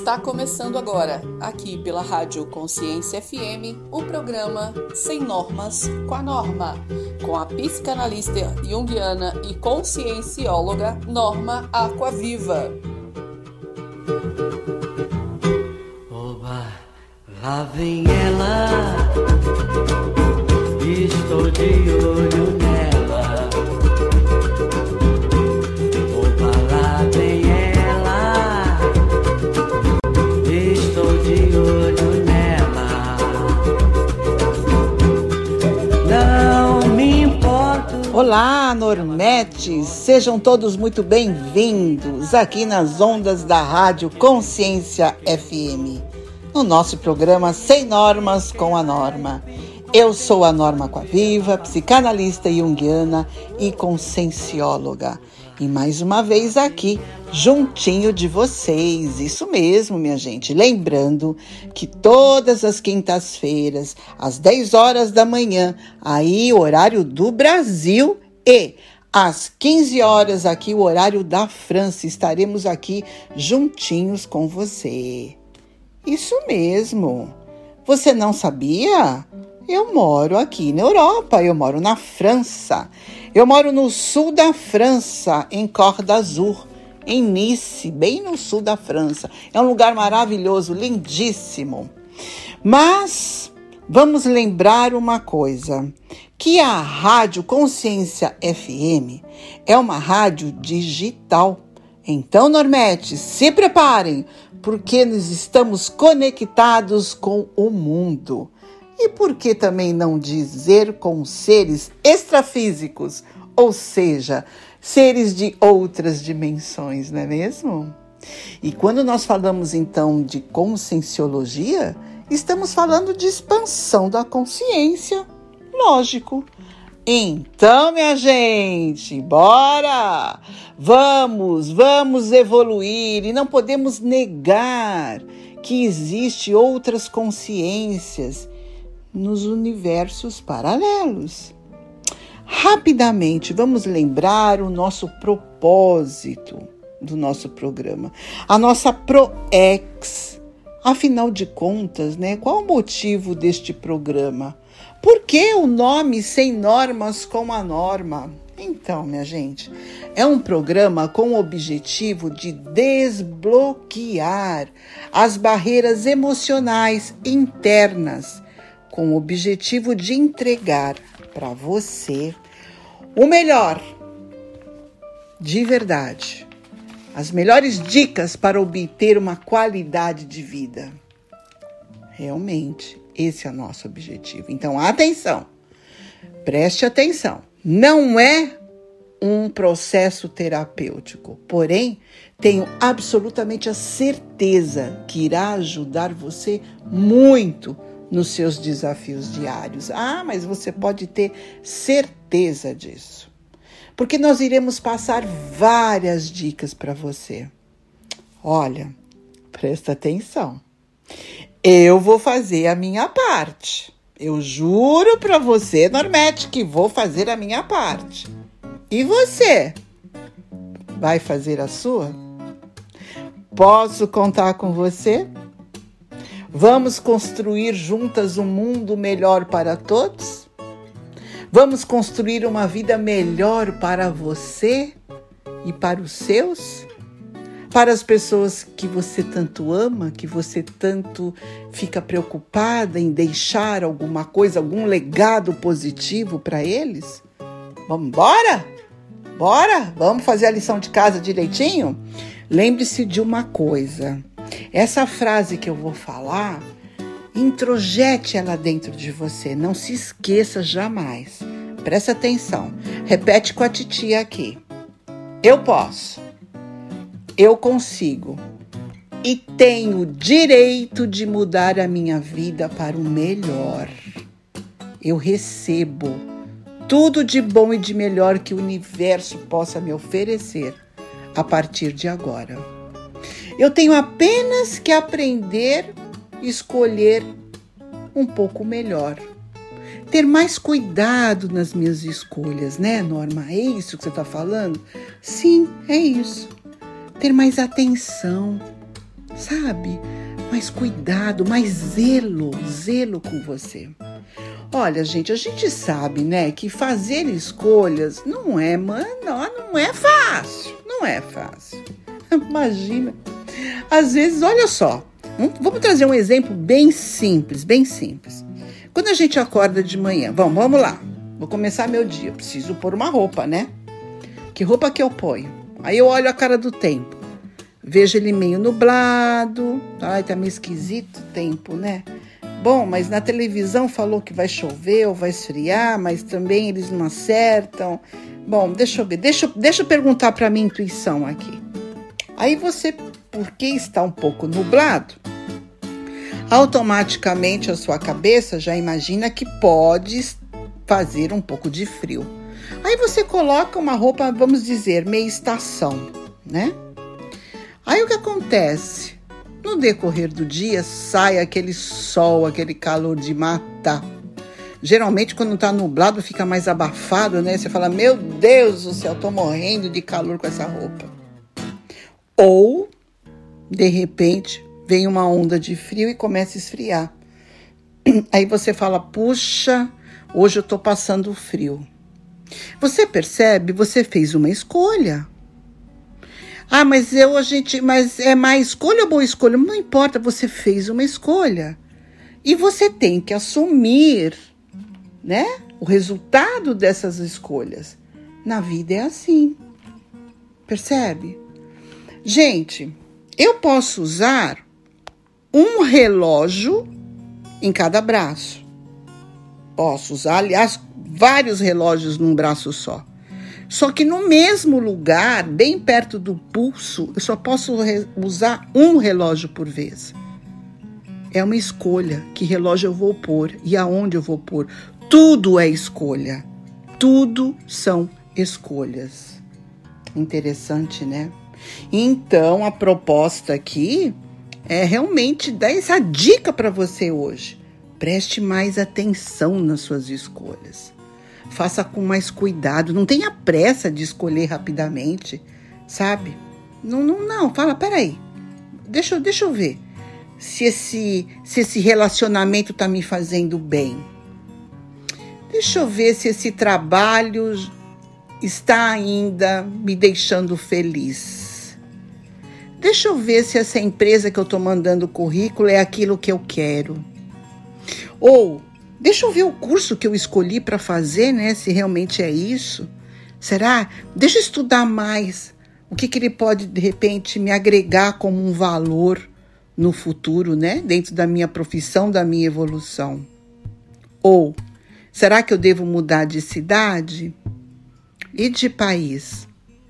Está começando agora, aqui pela Rádio Consciência FM, o programa Sem Normas com a Norma, com a psicanalista junguiana e consciencióloga Norma Aquaviva. Oba, lá vem ela, estou de olho nela. Oba, lá vem ela, estou de olho nela. Não me importo. Olá, Normetes! Sejam todos muito bem-vindos aqui nas ondas da Rádio Consciência FM, no nosso programa Sem Normas com a Norma. Eu sou a Norma Aquaviva, psicanalista junguiana e consciencióloga. E mais uma vez aqui, juntinho de vocês. Isso mesmo, minha gente. Lembrando que todas as quintas-feiras, às 10 horas da manhã, aí o horário do Brasil, e às 15 horas aqui o horário da França, estaremos aqui juntinhos com você. Isso mesmo. Você não sabia? Eu moro aqui na Europa, eu moro na França. Eu moro no sul da França, em Côte d'Azur, em Nice, bem no sul da França. É um lugar maravilhoso, lindíssimo. Mas vamos lembrar uma coisa, que a Rádio Consciência FM é uma rádio digital. Então, Normetes, se preparem, porque nós estamos conectados com o mundo. E por que também não dizer com seres extrafísicos, ou seja, seres de outras dimensões, não é mesmo? E quando nós falamos então de conscienciologia, estamos falando de expansão da consciência, lógico. Então, minha gente, bora! Vamos evoluir e não podemos negar que existem outras consciências nos universos paralelos. Rapidamente, vamos lembrar o nosso propósito do nosso programa, a nossa ProEx. Afinal de contas, né? Qual o motivo deste programa? Por que o nome Sem Normas com a Norma? Então, minha gente, é um programa com o objetivo de desbloquear as barreiras emocionais internas, com o objetivo de entregar para você o melhor, de verdade, as melhores dicas para obter uma qualidade de vida. Realmente, esse é o nosso objetivo. Então, atenção, preste atenção. Não é um processo terapêutico, porém, tenho absolutamente a certeza que irá ajudar você muito nos seus desafios diários. Ah, mas você pode ter certeza disso. Porque nós iremos passar várias dicas para você. Olha, presta atenção. Eu vou fazer a minha parte. Eu juro para você, Normete, que vou fazer a minha parte. E você? Vai fazer a sua? Posso contar com você? Vamos construir juntas um mundo melhor para todos? Vamos construir uma vida melhor para você e para os seus? Para as pessoas que você tanto ama, que você tanto fica preocupada em deixar alguma coisa, algum legado positivo para eles? Vamos embora? Bora? Vamos fazer a lição de casa direitinho? Lembre-se de uma coisa. Essa frase que eu vou falar, introjete ela dentro de você. Não se esqueça jamais. Presta atenção. Repete com a titia aqui. Eu posso. Eu consigo. E tenho direito de mudar a minha vida para o melhor. Eu recebo tudo de bom e de melhor que o universo possa me oferecer a partir de agora. Eu tenho apenas que aprender e escolher um pouco melhor. Ter mais cuidado nas minhas escolhas, né, Norma? É isso que você está falando? Sim, é isso. Ter mais atenção. sabe? Mais cuidado, mais zelo com você. Olha, gente, a gente sabe, né, que fazer escolhas não é fácil. Não é fácil. Imagina. Às vezes, olha só, vamos trazer um exemplo bem simples. Quando a gente acorda de manhã, vamos lá, vou começar meu dia, preciso pôr uma roupa, né? Que roupa que eu ponho? Aí eu olho a cara do tempo, vejo ele meio nublado, ai, tá meio esquisito o tempo, né? Bom, mas na televisão falou que vai chover ou vai esfriar, mas também eles não acertam. Bom, deixa eu ver, deixa eu perguntar para minha intuição aqui. Aí você, porque está um pouco nublado, automaticamente a sua cabeça já imagina que pode fazer um pouco de frio. Aí você coloca uma roupa, vamos dizer, meia estação, né? Aí o que acontece? No decorrer do dia sai aquele sol, aquele calor de matar. Geralmente quando tá nublado fica mais abafado, né? Você fala, meu Deus do céu, tô morrendo de calor com essa roupa. Ou, de repente, vem uma onda de frio e começa a esfriar. Aí você fala, puxa, hoje eu tô passando frio. Você percebe? Você fez uma escolha. Ah, mas é má escolha ou boa escolha? Não importa, você fez uma escolha. E você tem que assumir, né, o resultado dessas escolhas. Na vida é assim. Percebe? Gente, eu posso usar um relógio em cada braço. Posso usar, aliás, vários relógios num braço só. Só que no mesmo lugar, bem perto do pulso, eu só posso usar um relógio por vez. É uma escolha. Que relógio eu vou pôr e aonde eu vou pôr. Tudo é escolha. Tudo são escolhas. Interessante, né? Então, a proposta aqui é realmente dar essa dica para você hoje. Preste mais atenção nas suas escolhas. Faça com mais cuidado. Não tenha pressa de escolher rapidamente, sabe? Não. Fala, peraí. Deixa eu ver se esse relacionamento tá me fazendo bem. Deixa eu ver se esse trabalho está ainda me deixando feliz. Deixa eu ver se essa empresa que eu tô mandando currículo é aquilo que eu quero. Ou, deixa eu ver o curso que eu escolhi para fazer, né? Se realmente é isso. Será? Deixa eu estudar mais. O que ele pode, de repente, me agregar como um valor no futuro, né? Dentro da minha profissão, da minha evolução. Ou, será que eu devo mudar de cidade? E de país?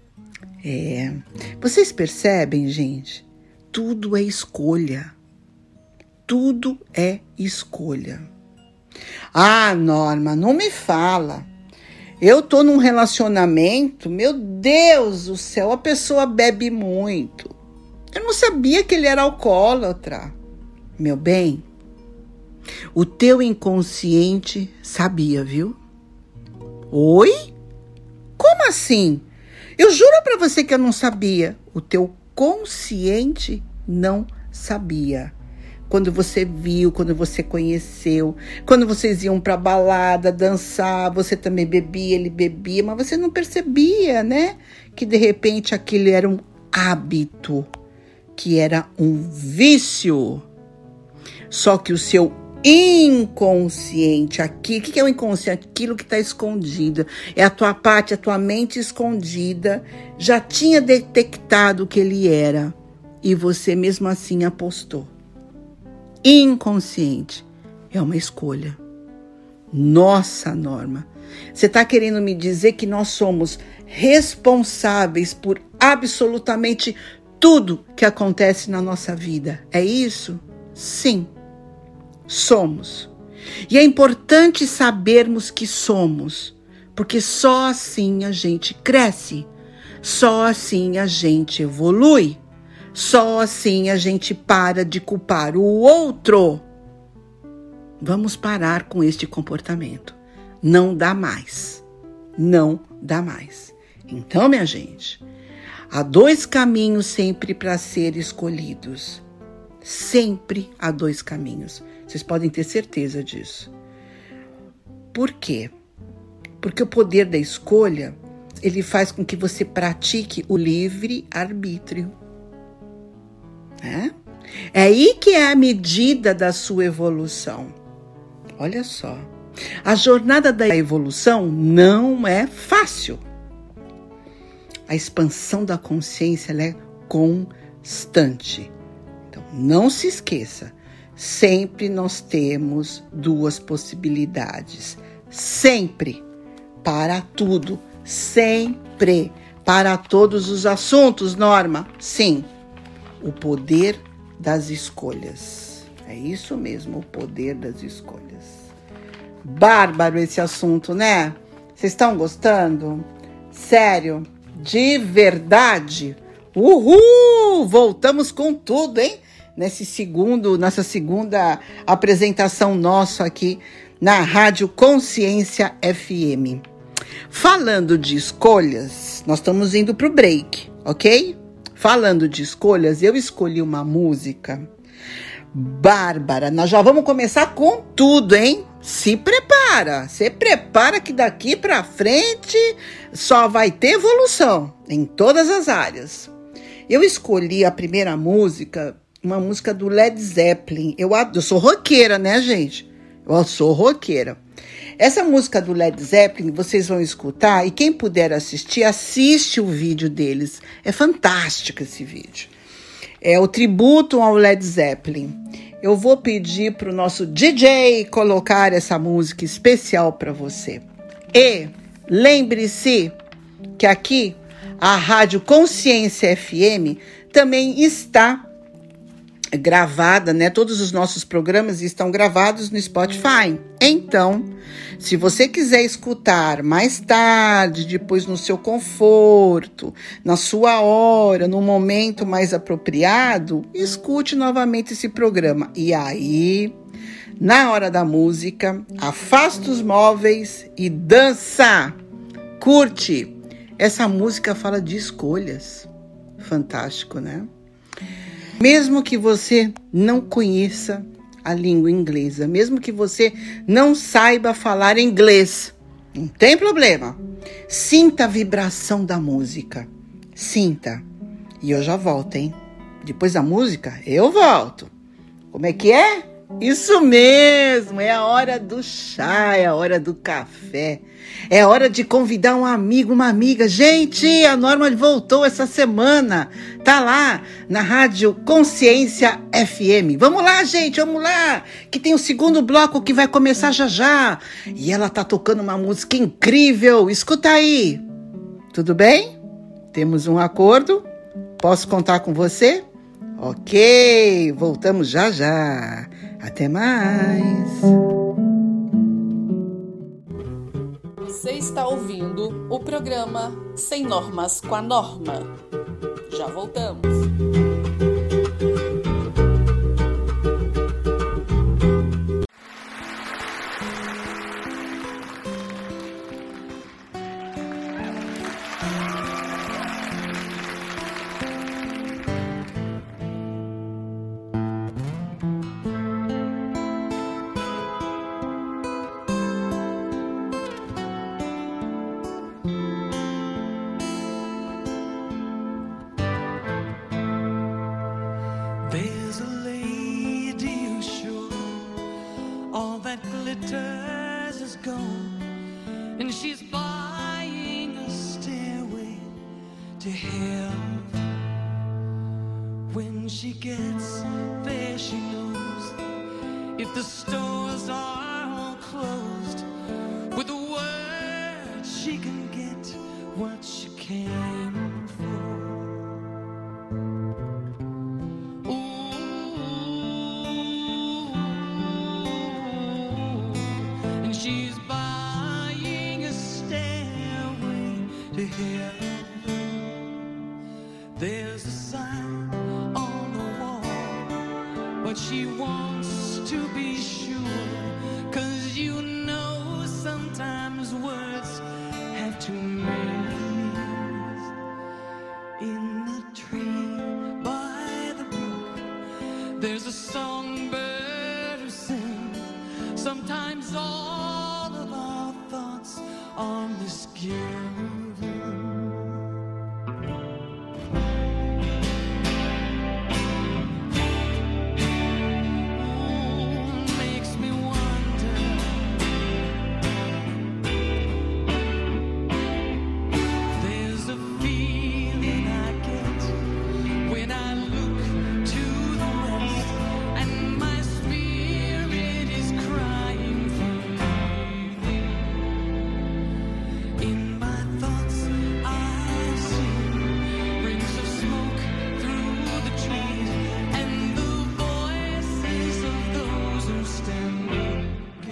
Vocês percebem, gente? Tudo é escolha. Tudo é escolha. Ah, Norma, não me fala. Eu tô num relacionamento, meu Deus do céu, a pessoa bebe muito. Eu não sabia que ele era alcoólatra. Meu bem, o teu inconsciente sabia, viu? Oi? Como assim? Eu juro pra você que eu não sabia. O teu consciente não sabia. Quando você viu, quando você conheceu, quando vocês iam pra balada, dançar, você também bebia, ele bebia, mas você não percebia, né? Que de repente aquilo era um hábito, que era um vício. Só que o seu inconsciente aqui, o que é o inconsciente? Aquilo que está escondido. É a tua parte, a tua mente escondida, já tinha detectado o que ele era. E você mesmo assim apostou. Inconsciente é uma escolha. Nossa, Norma, você está querendo me dizer que nós somos responsáveis por absolutamente tudo que acontece na nossa vida? É isso? Sim, somos. E é importante sabermos que somos, porque só assim a gente cresce, só assim a gente evolui. Só assim a gente para de culpar o outro. Vamos parar com este comportamento. Não dá mais. Não dá mais. Então, minha gente, há dois caminhos sempre para ser escolhidos. Sempre há dois caminhos. Vocês podem ter certeza disso. Por quê? Porque o poder da escolha, ele faz com que você pratique o livre-arbítrio. É aí que é a medida da sua evolução. Olha só. A jornada da evolução não é fácil. A expansão da consciência ela é constante. Então, não se esqueça. Sempre nós temos duas possibilidades. Sempre. Para tudo. Sempre. Para todos os assuntos, Norma. Sim. O poder das escolhas. É isso mesmo, o poder das escolhas. Bárbaro esse assunto, né? Vocês estão gostando? Sério? De verdade? Uhul! Voltamos com tudo, hein? Nessa segunda apresentação nossa aqui na Rádio Consciência FM. Falando de escolhas, nós estamos indo pro break, ok? Falando de escolhas, eu escolhi uma música bárbara. Nós já vamos começar com tudo, hein? Se prepara que daqui pra frente só vai ter evolução em todas as áreas. Eu escolhi a primeira música, uma música do Led Zeppelin. Eu sou roqueira, né, gente? Eu sou roqueira. Essa música do Led Zeppelin, vocês vão escutar, e quem puder assistir, assiste o vídeo deles. É fantástico esse vídeo. É o tributo ao Led Zeppelin. Eu vou pedir para o nosso DJ colocar essa música especial para você. E lembre-se que aqui a Rádio Consciência FM também está gravada, né? Todos os nossos programas estão gravados no Spotify. Então, se você quiser escutar mais tarde, depois no seu conforto, na sua hora, no momento mais apropriado, escute novamente esse programa. E aí, na hora da música, afasta os móveis e dança. Curte. Essa música fala de escolhas. Fantástico, né? Mesmo que você não conheça a língua inglesa, mesmo que você não saiba falar inglês, não tem problema. Sinta a vibração da música. Sinta. E eu já volto, hein? Depois da música, eu volto. Como é que é? Isso mesmo, é a hora do chá, é a hora do café. É a hora de convidar um amigo, uma amiga. Gente, a Norma voltou essa semana. Tá lá na Rádio Consciência FM. Vamos lá, gente, vamos lá. Que tem o segundo bloco que vai começar já já. E ela tá tocando uma música incrível. Escuta aí. Tudo bem? Temos um acordo? Posso contar com você? Ok, voltamos já já. Até mais. Você está ouvindo o programa Sem Normas com a Norma. Já voltamos. There's a songbird who sings. Sometimes all of our thoughts are misgiven. Makes me wonder. There's a feeling I get when I look to the west, and my spirit is crying for you. In my thoughts I see rings of smoke through the trees, and the voices of those who stand looking.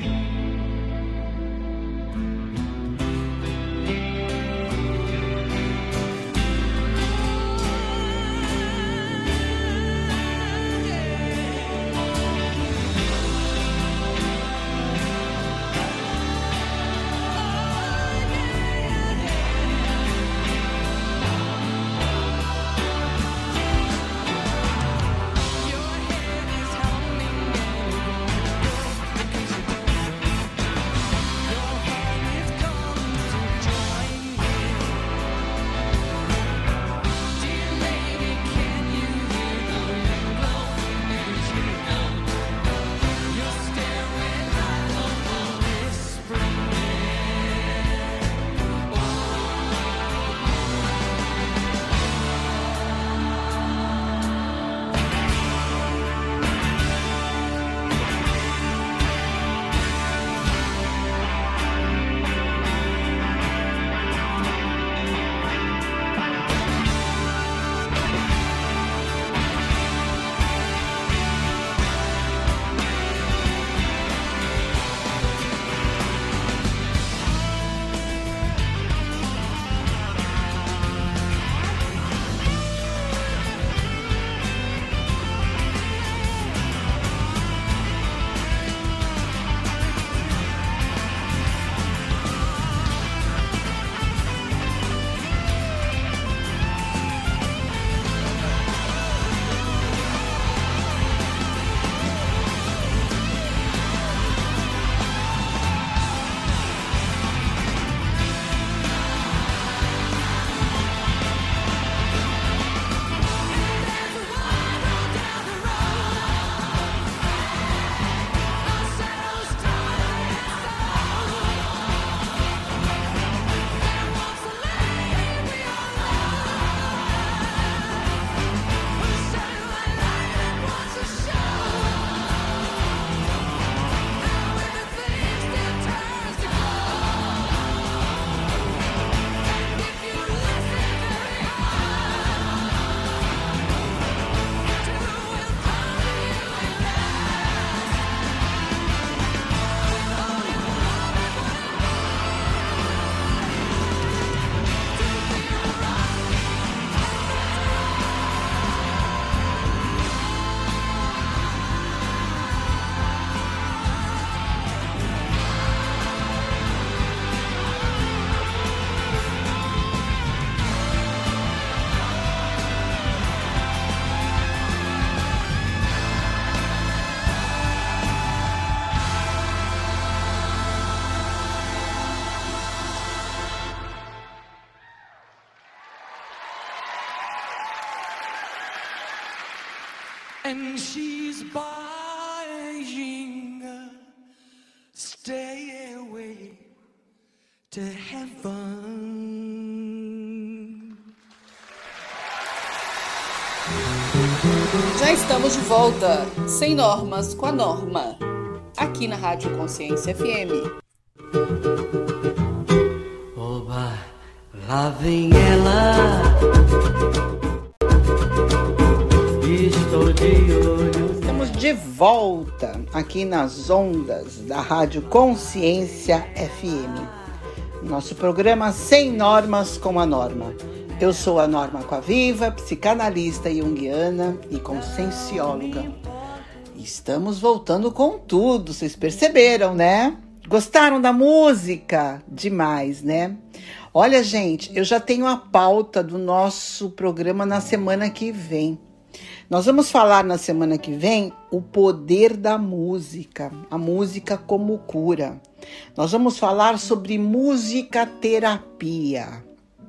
Your head is humming because you don't. Your heart is come to join me. Dear lady, can you hear the wind blow? Because you don't. Your staring eyes are whispering. And she's buying a stairway to heaven. Já estamos de volta, Sem Normas com a Norma, aqui na Rádio Consciência FM. Oba, lá vem ela. Estou de olho. Estamos de volta aqui nas ondas da Rádio Consciência FM. Nosso programa Sem Normas com a Norma. Eu sou a Norma Coaviva, psicanalista junguiana e consciencióloga. Estamos voltando com tudo, vocês perceberam, né? Gostaram da música? Demais, né? Olha, gente, eu já tenho a pauta do nosso programa na semana que vem. Nós vamos falar na semana que vem o poder da música, a música como cura. Nós vamos falar sobre musicoterapia.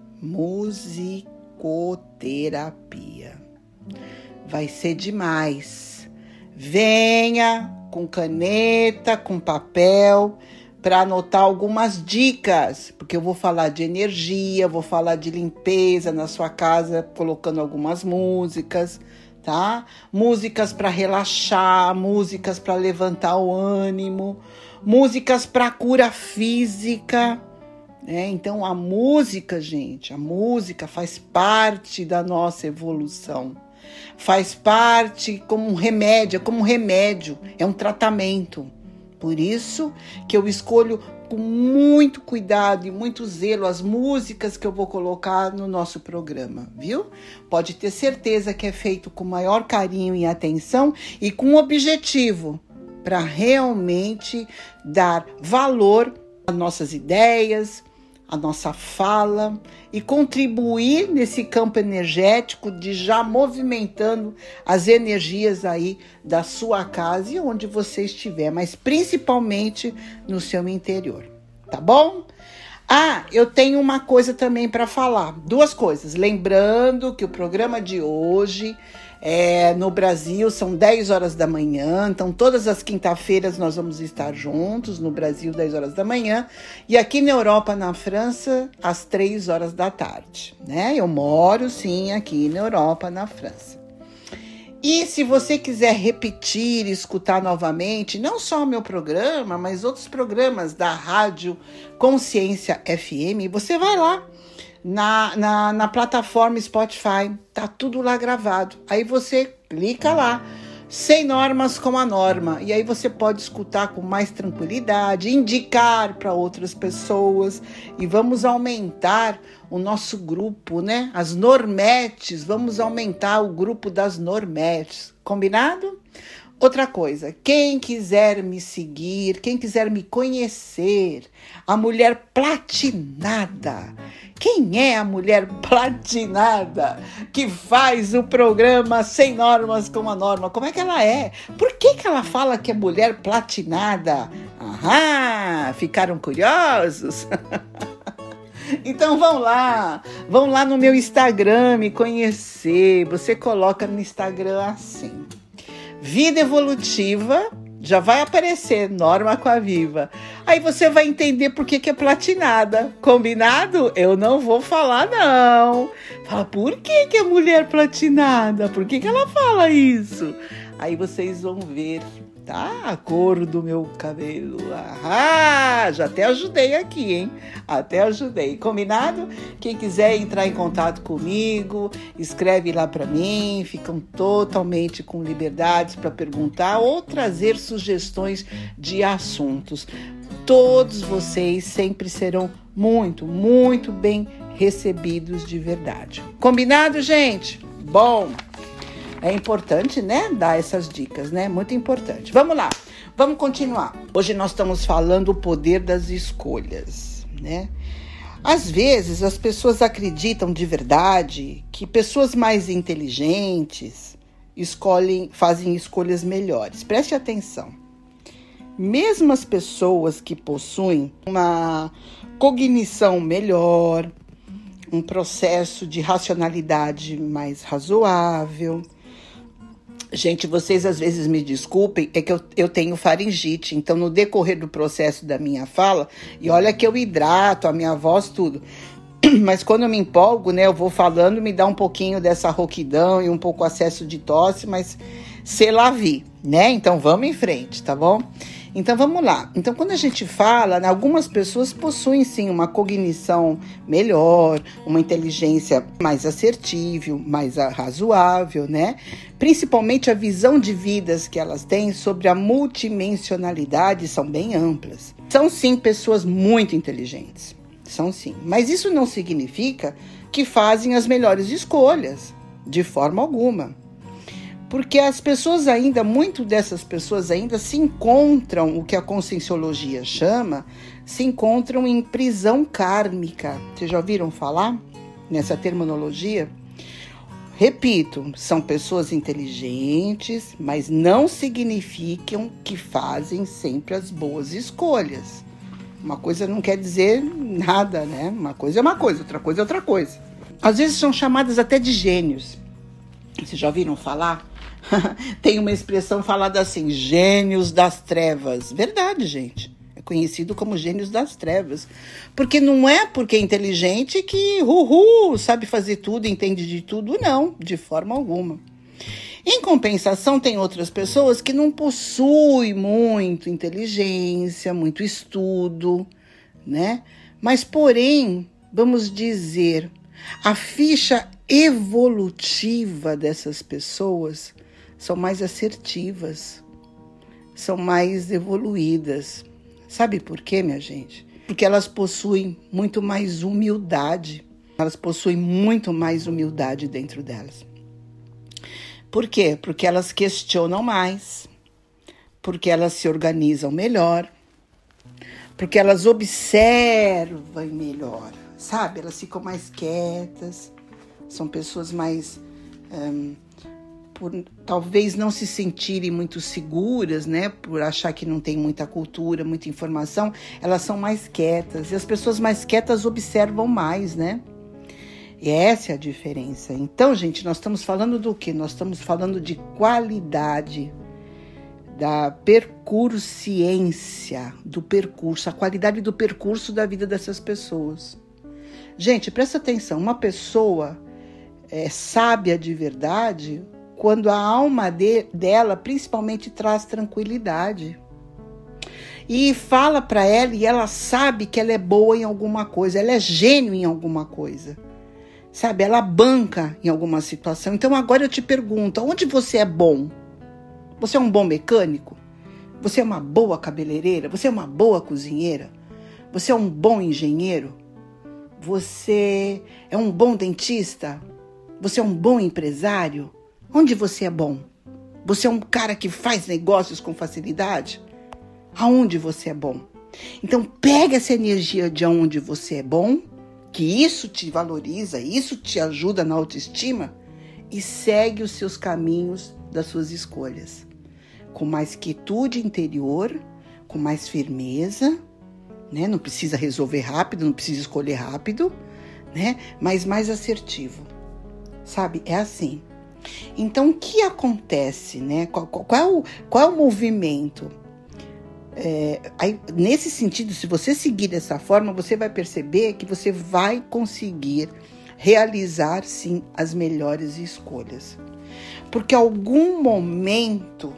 Musicoterapia. Vai ser demais. Venha com caneta, com papel, para anotar algumas dicas, porque eu vou falar de energia, vou falar de limpeza na sua casa, colocando algumas músicas, tá? Músicas para relaxar, músicas para levantar o ânimo, músicas para cura física, né? Então a música, gente, a música faz parte da nossa evolução. Faz parte como um remédio, é um tratamento. Por isso que eu escolho com muito cuidado e muito zelo as músicas que eu vou colocar no nosso programa, viu? Pode ter certeza que é feito com maior carinho e atenção e com objetivo para realmente dar valor às nossas ideias, à nossa fala e contribuir nesse campo energético de já movimentando as energias aí da sua casa e onde você estiver, mas principalmente no seu interior, tá bom? Eu tenho uma coisa também para falar, duas coisas. Lembrando que o programa de hoje no Brasil são 10 horas da manhã, então todas as quinta-feiras nós vamos estar juntos, no Brasil 10 horas da manhã, e aqui na Europa, na França, às 3 horas da tarde, né? Eu moro sim aqui na Europa, na França. E se você quiser repetir, escutar novamente, não só o meu programa, mas outros programas da Rádio Consciência FM, você vai lá na plataforma Spotify, tá tudo lá gravado. Aí você clica lá, Sem Normas com a Norma, e aí você pode escutar com mais tranquilidade, indicar para outras pessoas, e vamos aumentar o nosso grupo, né? As Normetes, vamos aumentar o grupo das Normetes, combinado? Outra coisa, quem quiser me seguir, quem quiser me conhecer, a mulher platinada. Quem é a mulher platinada que faz o programa Sem Normas com a Norma? Como é que ela é? Por que ela fala que é mulher platinada? Ficaram curiosos? Então vão lá no meu Instagram me conhecer. Você coloca no Instagram assim: Vida Evolutiva, já vai aparecer Norma com a Viva. Aí você vai entender por que é platinada. Combinado? Eu não vou falar, não. Fala, por que é mulher platinada? Por que ela fala isso? Aí vocês vão ver, tá? A cor do meu cabelo. Já até ajudei aqui, hein? Até ajudei. Combinado? Quem quiser entrar em contato comigo, escreve lá para mim. Ficam totalmente com liberdade para perguntar ou trazer sugestões de assuntos. Todos vocês sempre serão muito, muito bem recebidos de verdade. Combinado, gente? Bom, é importante, né, dar essas dicas, né? Muito importante. Vamos lá, vamos continuar. Hoje nós estamos falando do poder das escolhas, né? Às vezes as pessoas acreditam de verdade que pessoas mais inteligentes fazem escolhas melhores. Preste atenção. Mesmo as pessoas que possuem uma cognição melhor, um processo de racionalidade mais razoável. Gente, vocês às vezes me desculpem, é que eu tenho faringite, então no decorrer do processo da minha fala, e olha que eu hidrato a minha voz, tudo, mas quando eu me empolgo, né, eu vou falando, me dá um pouquinho dessa rouquidão e um pouco acesso de tosse, mas c'est la vie, né? Então vamos em frente, tá bom? Então vamos lá. Então quando a gente fala, né, algumas pessoas possuem sim uma cognição melhor, uma inteligência mais assertível, mais razoável, né? Principalmente a visão de vidas que elas têm sobre a multidimensionalidade são bem amplas. São sim pessoas muito inteligentes, são sim. Mas isso não significa que fazem as melhores escolhas, de forma alguma. Porque as pessoas ainda, muito dessas pessoas ainda se encontram, o que a Conscienciologia chama, se encontram em prisão kármica. Vocês já ouviram falar nessa terminologia? repito, são pessoas inteligentes, mas não significam que fazem sempre as boas escolhas. Uma coisa não quer dizer nada, né? Uma coisa é uma coisa, outra coisa é outra coisa. Às vezes são chamadas até de gênios. Vocês já ouviram falar? Tem uma expressão falada assim, gênios das trevas. Verdade, gente. É conhecido como gênios das trevas. Porque não é porque é inteligente que, sabe fazer tudo, entende de tudo. Não, de forma alguma. Em compensação, tem outras pessoas que não possuem muito inteligência, muito estudo, né? Mas, porém, vamos dizer, a ficha evolutiva dessas pessoas são mais assertivas, são mais evoluídas. Sabe por quê, minha gente? Porque elas possuem muito mais humildade. Elas possuem muito mais humildade dentro delas. Por quê? Porque elas questionam mais, porque elas se organizam melhor, porque elas observam melhor, sabe? Elas ficam mais quietas, são pessoas mais... por talvez não se sentirem muito seguras, né? Por achar que não tem muita cultura, muita informação, elas são mais quietas. E as pessoas mais quietas observam mais, né? E essa é a diferença. Então, gente, nós estamos falando do quê? Nós estamos falando de qualidade, da percursiência, do percurso, a qualidade do percurso da vida dessas pessoas. Gente, presta atenção, uma pessoa é sábia de verdade quando a alma dela principalmente traz tranquilidade. E fala para ela e ela sabe que ela é boa em alguma coisa, ela é gênio em alguma coisa. Sabe, ela banca em alguma situação. Então agora eu te pergunto, onde você é bom? Você é um bom mecânico? Você é uma boa cabeleireira? Você é uma boa cozinheira? Você é um bom engenheiro? Você é um bom dentista? Você é um bom empresário? Onde você é bom? Você é um cara que faz negócios com facilidade? Aonde você é bom? Então pega essa energia de onde você é bom, que isso te valoriza, isso te ajuda na autoestima, e segue os seus caminhos das suas escolhas. Com mais quietude interior, com mais firmeza, né? Não precisa resolver rápido, não precisa escolher rápido, né? Mas mais assertivo, sabe? É assim. Então, o que acontece, né? Qual é o movimento? Aí, nesse sentido, se você seguir dessa forma, você vai perceber que você vai conseguir realizar, sim, as melhores escolhas. Porque algum momento,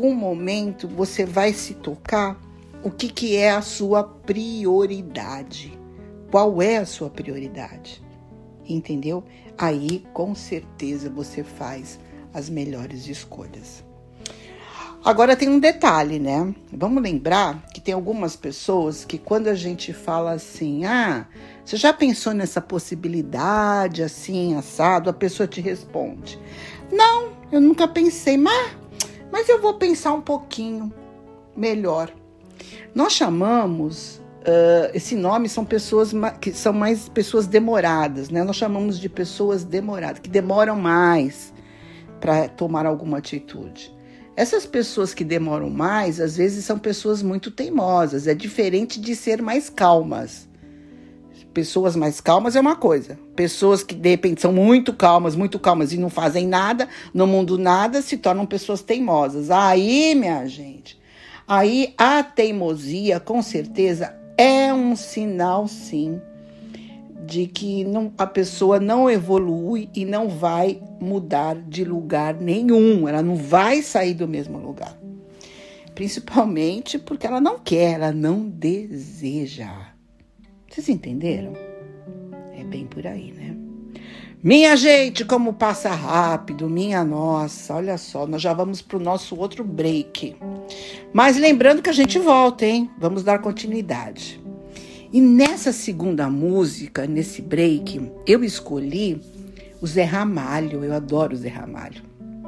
você vai se tocar o que é a sua prioridade. Qual é a sua prioridade? Entendeu? Aí, com certeza, você faz as melhores escolhas. Agora tem um detalhe, né? Vamos lembrar que tem algumas pessoas que quando a gente fala assim, você já pensou nessa possibilidade, assim, assado? A pessoa te responde, não, eu nunca pensei, mas eu vou pensar um pouquinho melhor. Nós chamamos, esse nome são pessoas que são mais pessoas demoradas, né? Nós chamamos de pessoas demoradas, que demoram mais para tomar alguma atitude. Essas pessoas que demoram mais, às vezes são pessoas muito teimosas. É diferente de ser mais calmas. Pessoas mais calmas é uma coisa. Pessoas que, de repente, são muito calmas e não fazem nada, no mundo nada, se tornam pessoas teimosas. Aí, minha gente, aí a teimosia, com certeza, é um sinal, sim, de que a pessoa não evolui e não vai mudar de lugar nenhum. Ela não vai sair do mesmo lugar. Principalmente porque ela não quer, ela não deseja. Vocês entenderam? É bem por aí, né? Minha gente, como passa rápido, minha nossa, olha só, nós já vamos para o nosso outro break. Mas lembrando que a gente volta, hein? Vamos dar continuidade. E nessa segunda música, nesse break, eu escolhi o Zé Ramalho, eu adoro o Zé Ramalho,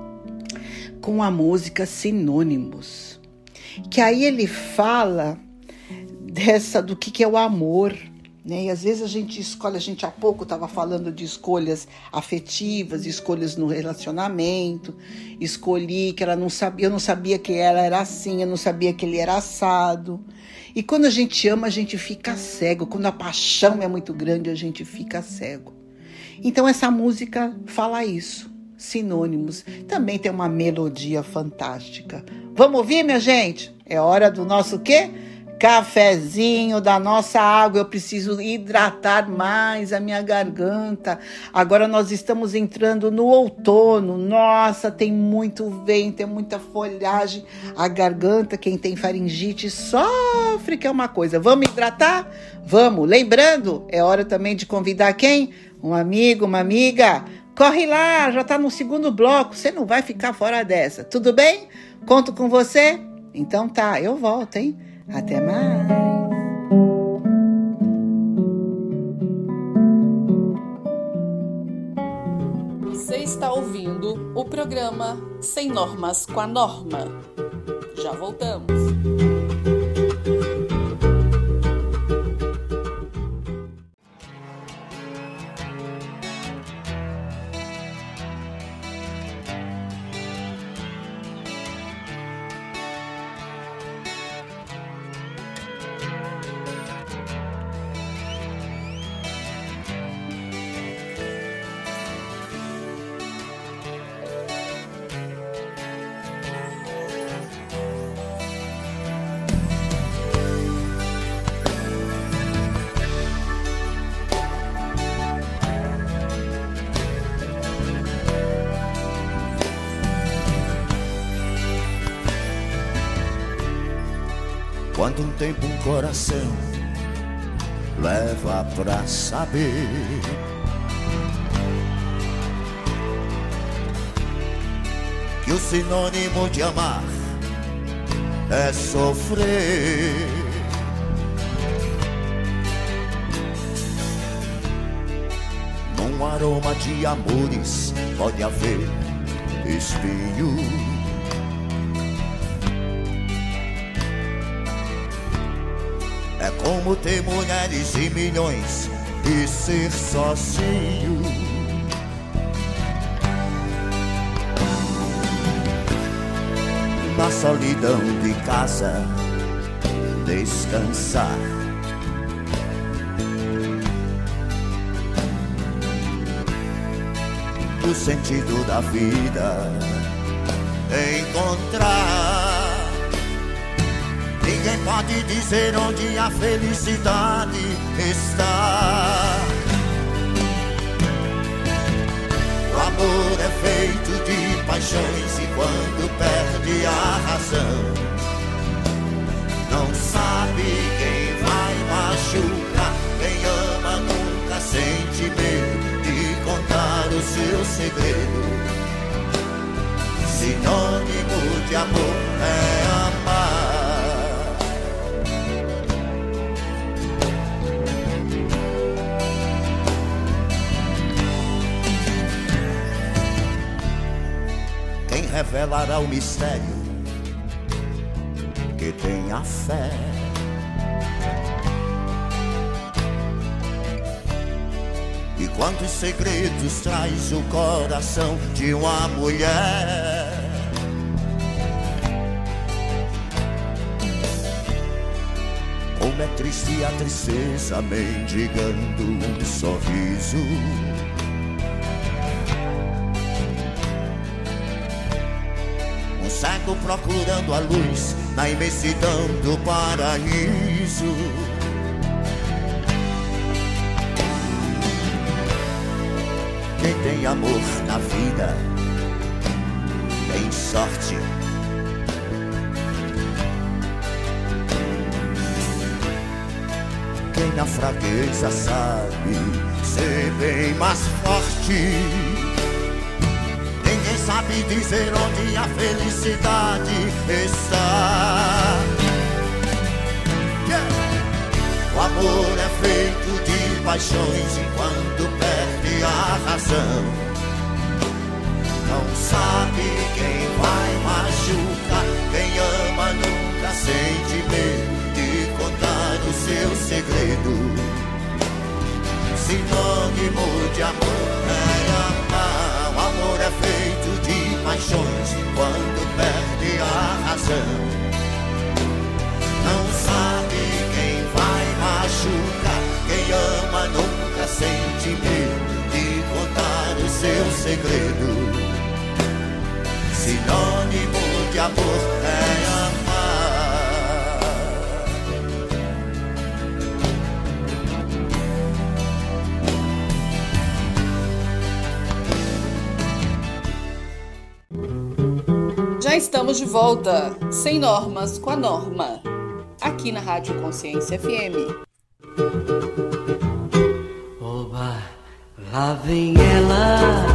com a música Sinônimos, que aí ele fala do que é o amor, né? E às vezes a gente escolhe, a gente há pouco estava falando de escolhas afetivas, escolhas no relacionamento, escolhi que ela não sabia, eu não sabia que ela era assim, eu não sabia que ele era assado. E quando a gente ama, a gente fica cego. Quando a paixão é muito grande, a gente fica cego. Então essa música fala isso. Sinônimos. Também tem uma melodia fantástica. Vamos ouvir, minha gente? É hora do nosso quê? Cafezinho, da nossa água. Eu preciso hidratar mais a minha garganta. Agora nós estamos entrando no outono. Nossa, tem muito vento, tem muita folhagem. A garganta, quem tem faringite, sofre, que é uma coisa. Vamos hidratar? Vamos. Lembrando, é hora também de convidar quem? Um amigo, uma amiga. Corre lá, já está no segundo bloco. Você não vai ficar fora dessa. Tudo bem? Conto com você? Então tá, eu volto, hein? Até mais. Você está ouvindo o programa Sem Normas com a Norma. Já voltamos. Quanto tempo um coração leva pra saber que o sinônimo de amar é sofrer. Num aroma de amores pode haver espinho. É como ter mulheres e milhões e ser sozinho. Na solidão de casa, descansar. O sentido da vida, encontrar. Ninguém pode dizer onde a felicidade está. O amor é feito de paixões e quando perde a razão, não sabe quem vai machucar. Quem ama nunca sente medo de contar o seu segredo. Sinônimo de amor é amar. Revelará o mistério que tem a fé. E quantos segredos traz o coração de uma mulher. Como é triste a tristeza mendigando um sorriso. Cego procurando a luz na imensidão do paraíso. Quem tem amor na vida tem sorte. Quem na fraqueza sabe ser bem mais forte. Sabe dizer onde a felicidade está. O amor é feito de paixões e quando perde a razão, não sabe quem vai machucar. Quem ama nunca sente medo de contar o seu segredo. Sinônimo de amor é amar. O amor é feito de paixões quando perde a razão. Não sabe quem vai machucar. Quem ama nunca sente medo de contar o seu segredo. Sinônimo de amor é amar. Já estamos de volta, Sem Normas com a Norma, aqui na Rádio Consciência FM. Oba, lá vem ela.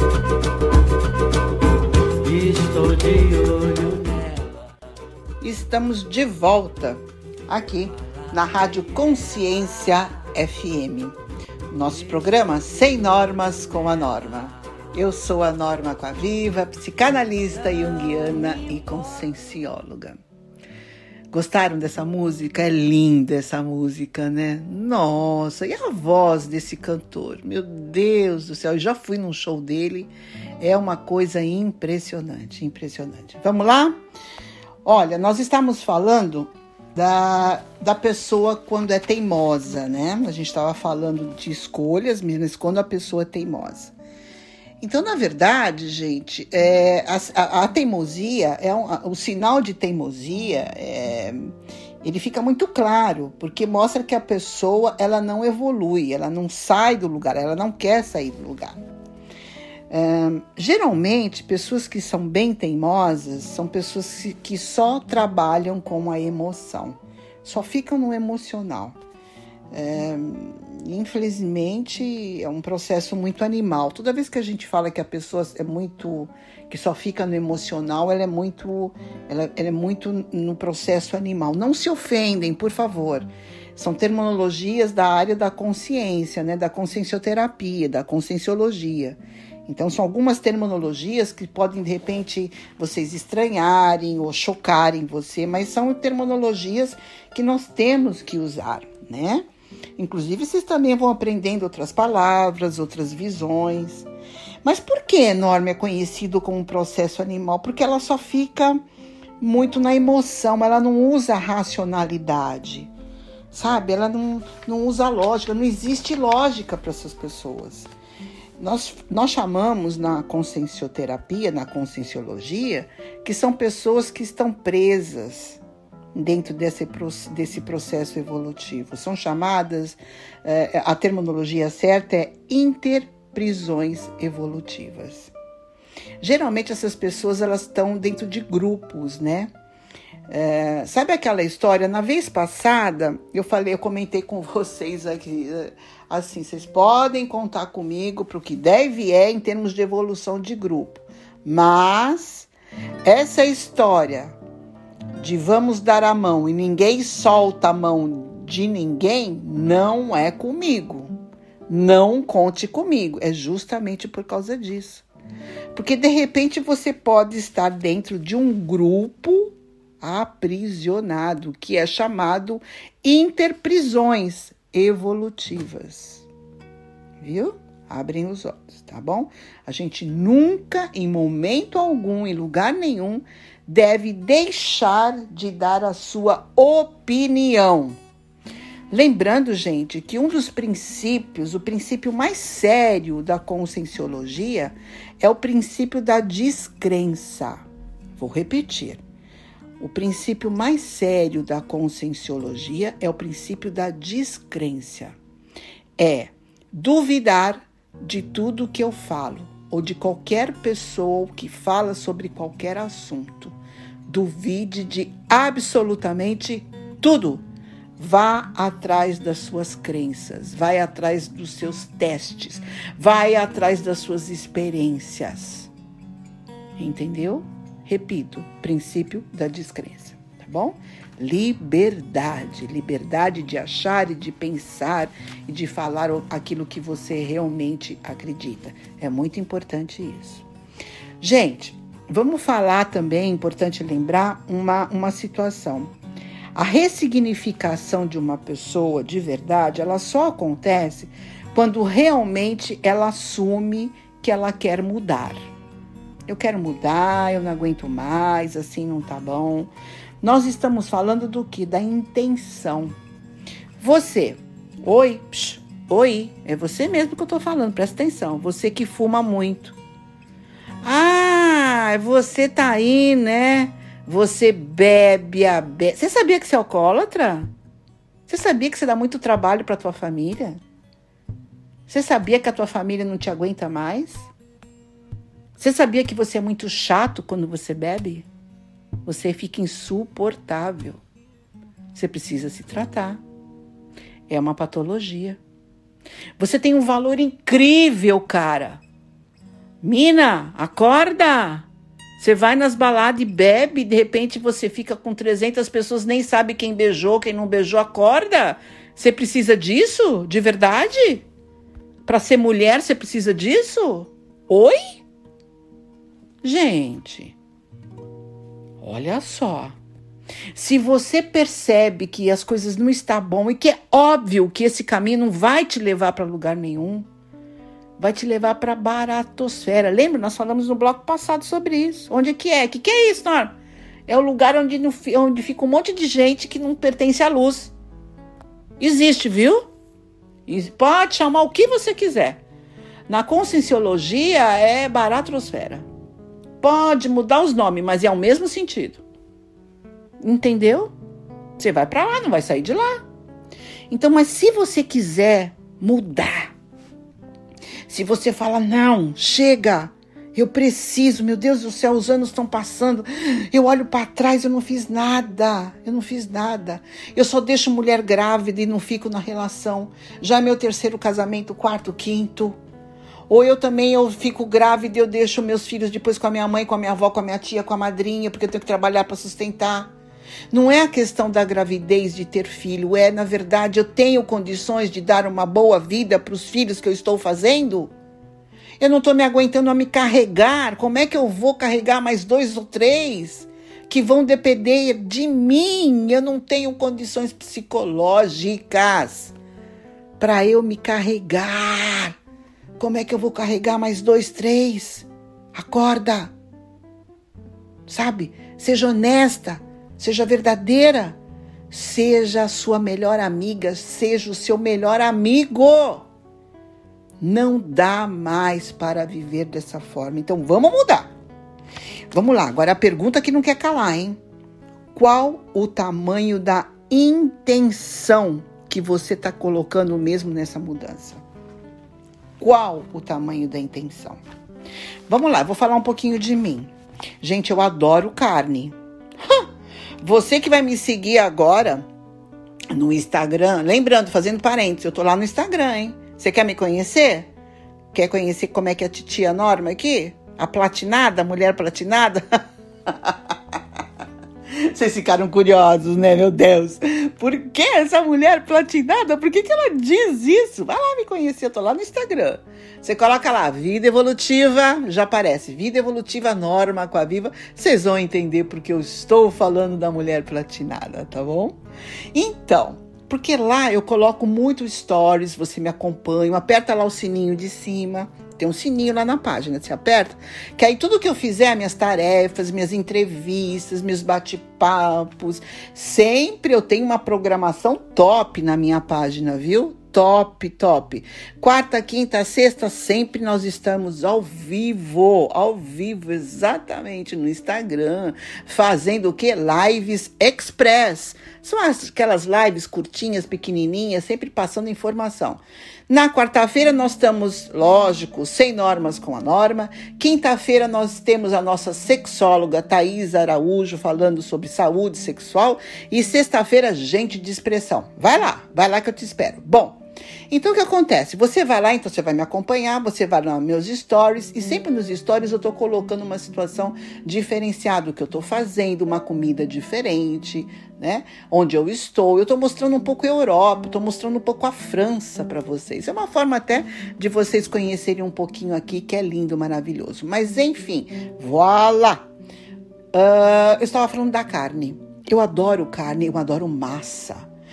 Estou de olho nela. Estamos de volta aqui na Rádio Consciência FM. Nosso programa Sem Normas com a Norma. Eu sou a Norma Aquaviva, psicanalista junguiana e consciencióloga. Gostaram dessa música? É linda essa música, né? Nossa, e a voz desse cantor? Meu Deus do céu, eu já fui num show dele. É uma coisa impressionante, impressionante. Vamos lá? Olha, nós estamos falando da pessoa quando é teimosa, né? A gente estava falando de escolhas, mas quando a pessoa é teimosa. Então, na verdade, gente, a teimosia, o sinal de teimosia, ele fica muito claro, porque mostra que a pessoa ela não evolui, ela não sai do lugar, ela não quer sair do lugar. Geralmente, pessoas que são bem teimosas são pessoas que só trabalham com a emoção, só ficam no emocional. Infelizmente é um processo muito animal. Toda vez que a gente fala que a pessoa que só fica no emocional, ela é muito no processo animal. Não se ofendem, por favor. São terminologias da área da consciência, né? Da consciencioterapia, da conscienciologia. Então são algumas terminologias que podem de repente vocês estranharem ou chocarem você, mas são terminologias que nós temos que usar, né? Inclusive, vocês também vão aprendendo outras palavras, outras visões. Mas por que Norma é conhecido como um processo animal? Porque ela só fica muito na emoção, ela não usa a racionalidade, sabe? Ela não usa lógica, não existe lógica para essas pessoas. Nós chamamos na consciencioterapia, na conscienciologia, que são pessoas que estão presas dentro desse processo evolutivo. São chamadas, a terminologia certa é interprisões evolutivas. Geralmente essas pessoas elas estão dentro de grupos, né? Sabe aquela história? Na vez passada, eu comentei com vocês aqui, assim, vocês podem contar comigo para o que deve em termos de evolução de grupo. Mas essa história de vamos dar a mão e ninguém solta a mão de ninguém, não é comigo. Não conte comigo. É justamente por causa disso. Porque, de repente, você pode estar dentro de um grupo aprisionado, que é chamado interprisões evolutivas. Viu? Abrem os olhos, tá bom? A gente nunca, em momento algum, em lugar nenhum, deve deixar de dar a sua opinião. Lembrando, gente, que um dos princípios, o princípio mais sério da conscienciologia é o princípio da descrença. Vou repetir. O princípio mais sério da conscienciologia é o princípio da descrença. É duvidar de tudo que eu falo ou de qualquer pessoa que fala sobre qualquer assunto. Duvide de absolutamente tudo. Vá atrás das suas crenças, vai atrás dos seus testes, vai atrás das suas experiências. Entendeu? Repito, princípio da descrença, tá bom? Liberdade de achar e de pensar e de falar aquilo que você realmente acredita. É muito importante isso. Gente, vamos falar também, é importante lembrar uma situação. A ressignificação de uma pessoa de verdade, ela só acontece quando realmente ela assume que ela quer mudar. Eu quero mudar, eu não aguento mais, assim não tá bom. Nós estamos falando do quê? Da intenção. Você, oi, é você mesmo que eu tô falando, presta atenção. Você que fuma muito. Você tá aí, né? Você bebe. Você sabia que você é alcoólatra? Você sabia que você dá muito trabalho pra tua família? Você sabia que a tua família não te aguenta mais? Você sabia que você é muito chato quando você bebe? Você fica insuportável. Você precisa se tratar. É uma patologia. Você tem um valor incrível, cara. Mina, acorda! Você vai nas baladas e bebe, de repente você fica com 300 pessoas, nem sabe quem beijou, quem não beijou, acorda! Você precisa disso? De verdade? Para ser mulher, você precisa disso? Oi? Gente, olha só. Se você percebe que as coisas não estão bom e que é óbvio que esse caminho não vai te levar para lugar nenhum, vai te levar para a baratosfera. Lembra? Nós falamos no bloco passado sobre isso. Onde é que é? O que é isso, Norma? É o lugar onde fica um monte de gente que não pertence à luz. Existe, viu? Pode chamar o que você quiser. Na conscienciologia é baratrosfera. Pode mudar os nomes, mas é o mesmo sentido. Entendeu? Você vai para lá, não vai sair de lá. Então, mas se você quiser mudar, se você fala, não, chega, eu preciso, meu Deus do céu, os anos estão passando, eu olho para trás, eu não fiz nada, eu só deixo mulher grávida e não fico na relação, já é meu 3º casamento, 4º, 5º, ou eu fico grávida e eu deixo meus filhos depois com a minha mãe, com a minha avó, com a minha tia, com a madrinha, porque eu tenho que trabalhar para sustentar. Não é a questão da gravidez, de ter filho, na verdade, eu tenho condições de dar uma boa vida para os filhos que eu estou fazendo? Eu não estou me aguentando a me carregar, como é que eu vou carregar mais 2 ou 3 que vão depender de mim? Eu não tenho condições psicológicas para eu me carregar. Como é que eu vou carregar mais 2, 3? Acorda, sabe? Seja honesta. Seja verdadeira, seja a sua melhor amiga, seja o seu melhor amigo. Não dá mais para viver dessa forma. Então vamos mudar. Vamos lá, agora a pergunta que não quer calar, hein? Qual o tamanho da intenção que você está colocando mesmo nessa mudança? Qual o tamanho da intenção? Vamos lá, vou falar um pouquinho de mim. Gente, eu adoro carne. Você que vai me seguir agora no Instagram, lembrando, fazendo parênteses, eu tô lá no Instagram, hein? Você quer me conhecer? Quer conhecer como é que é a titia Norma aqui? A platinada, a mulher platinada? Vocês ficaram curiosos, né, meu Deus? Por que essa mulher platinada? Por que ela diz isso? Vai lá me conhecer, eu tô lá no Instagram. Você coloca lá, Vida Evolutiva, já aparece, Vida Evolutiva Norma Aquaviva. Vocês vão entender porque eu estou falando da mulher platinada, tá bom? Então, porque lá eu coloco muito stories, você me acompanha, aperta lá o sininho de cima. Tem um sininho lá na página, você aperta, que aí tudo que eu fizer, minhas tarefas, minhas entrevistas, meus bate-papos, sempre eu tenho uma programação top na minha página, viu? Top. Quarta, quinta, sexta, sempre nós estamos ao vivo, exatamente, no Instagram, fazendo o quê? Lives Express. São aquelas lives curtinhas, pequenininhas, sempre passando informação. Na quarta-feira nós estamos, lógico, sem normas com a Norma. Quinta-feira nós temos a nossa sexóloga Thaís Araújo falando sobre saúde sexual. E sexta-feira, gente de expressão. Vai lá que eu te espero. Bom, então o que acontece? Você vai lá, então você vai me acompanhar, você vai lá nos meus stories, e sempre nos stories eu tô colocando uma situação diferenciada, o que eu tô fazendo, uma comida diferente, né? Onde eu estou, eu tô mostrando um pouco a Europa, eu tô mostrando um pouco a França para vocês. É uma forma até de vocês conhecerem um pouquinho aqui, que é lindo, maravilhoso. Mas enfim, voilà! Eu estava falando da carne. Eu adoro carne, eu adoro massa.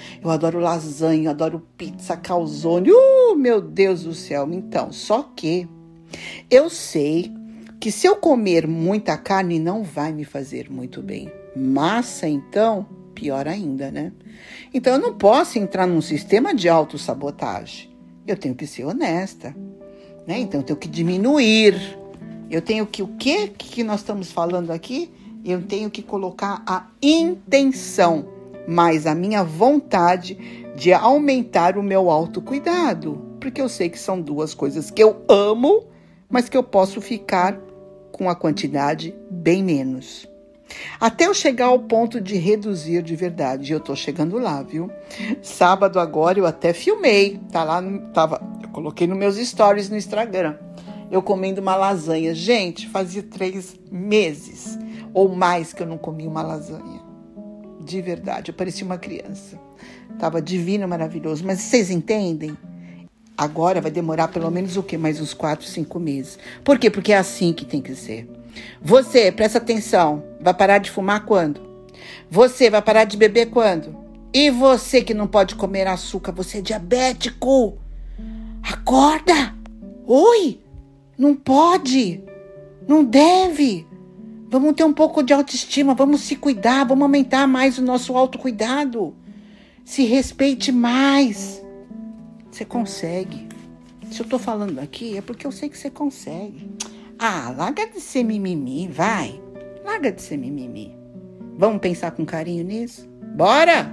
Eu adoro lasanha, eu adoro pizza, calzone. Meu Deus do céu. Então, só que eu sei que se eu comer muita carne não vai me fazer muito bem. Massa, então, pior ainda, né? Então, eu não posso entrar num sistema de autossabotagem. Eu tenho que ser honesta, né? Então, eu tenho que diminuir. Eu tenho que, o que nós estamos falando aqui? Eu tenho que colocar a intenção, mas a minha vontade de aumentar o meu autocuidado. Porque eu sei que são duas coisas que eu amo, mas que eu posso ficar com a quantidade bem menos. Até eu chegar ao ponto de reduzir de verdade. Eu tô chegando lá, viu? Sábado agora eu até filmei. Eu coloquei nos meus stories no Instagram. Eu comendo uma lasanha. Gente, fazia 3 meses ou mais que eu não comia uma lasanha. De verdade, eu parecia uma criança. Tava divino, maravilhoso. Mas vocês entendem? Agora vai demorar pelo menos o quê? Mais uns 4, 5 meses. Por quê? Porque é assim que tem que ser. Você, presta atenção, vai parar de fumar quando? Você vai parar de beber quando? E você que não pode comer açúcar, você é diabético. Acorda! Oi! Não pode! Não deve! Vamos ter um pouco de autoestima, vamos se cuidar, vamos aumentar mais o nosso autocuidado. Se respeite mais. Você consegue. Se eu tô falando aqui, é porque eu sei que você consegue. Larga de ser mimimi, vai. Larga de ser mimimi. Vamos pensar com carinho nisso? Bora!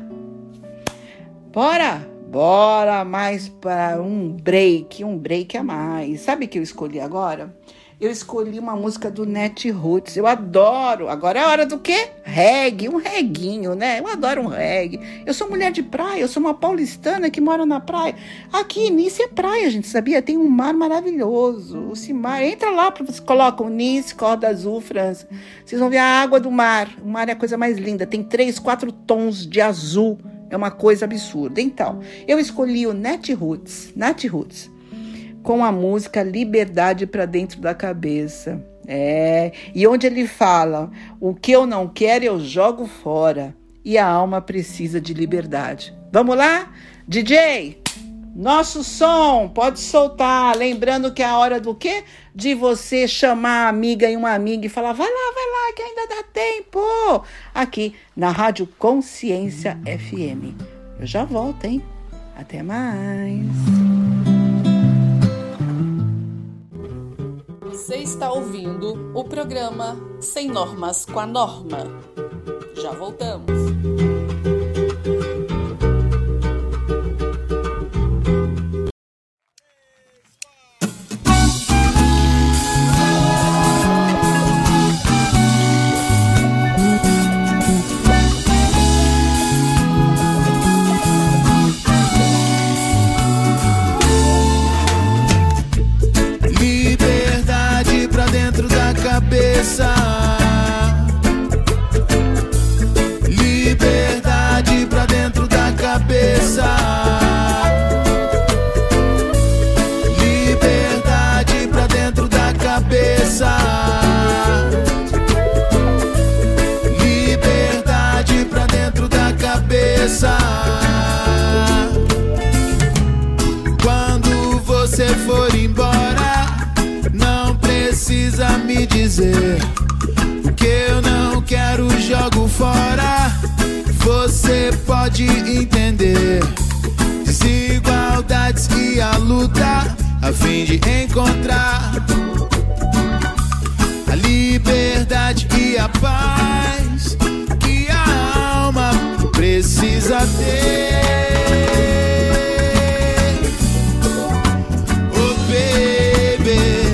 Bora mais para um break a mais. Sabe o que eu escolhi agora? Eu escolhi uma música do Netroots. Eu adoro. Agora é a hora do quê? Reggae, um reguinho, né? Eu adoro um reggae. Eu sou mulher de praia, eu sou uma paulistana que mora na praia. Aqui, Nice é praia, gente, sabia? Tem um mar maravilhoso. O Cimar. Entra lá, você coloca o Nice, Corda Azul, França. Vocês vão ver a água do mar. O mar é a coisa mais linda. Tem 3, 4 tons de azul. É uma coisa absurda. Então, eu escolhi o Netroots, com a música Liberdade pra Dentro da Cabeça. E onde ele fala, o que eu não quero eu jogo fora, e a alma precisa de liberdade. Vamos lá? DJ, nosso som, pode soltar, lembrando que é a hora do quê? De você chamar a amiga e uma amiga e falar, vai lá, que ainda dá tempo, aqui na Rádio Consciência FM. Eu já volto, hein? Até mais. Você está ouvindo o programa Sem Normas com a Norma. Já voltamos. Liberdade pra dentro da cabeça. Liberdade pra dentro da cabeça. Liberdade pra dentro da cabeça. Quando você for embora, não precisa me dizer o que eu não quero, jogo fora. Você pode entender desigualdades e a luta a fim de encontrar a liberdade e a paz que a alma precisa ter. Oh baby,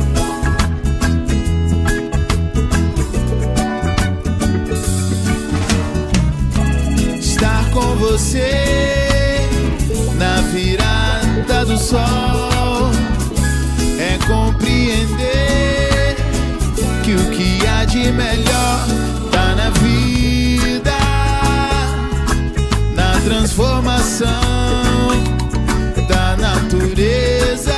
estar com você na virada do sol é compreender que o que há de melhor tá na vida, na transformação da natureza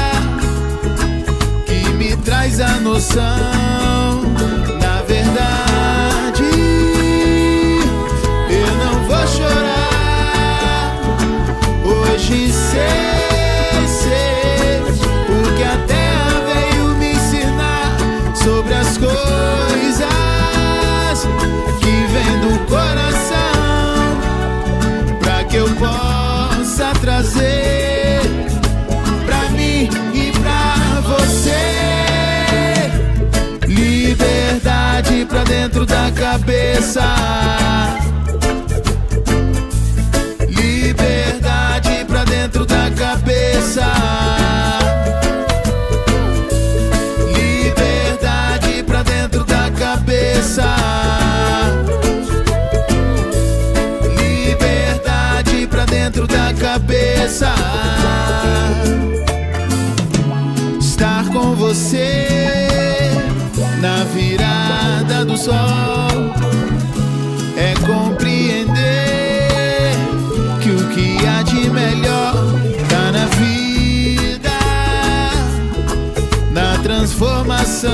que me traz a noção. Na verdade, eu não vou chorar, cabeça. Liberdade pra dentro da cabeça. Liberdade pra dentro da cabeça. Liberdade pra dentro da cabeça. Estar com você na virada do sol é compreender que o que há de melhor tá na vida, na transformação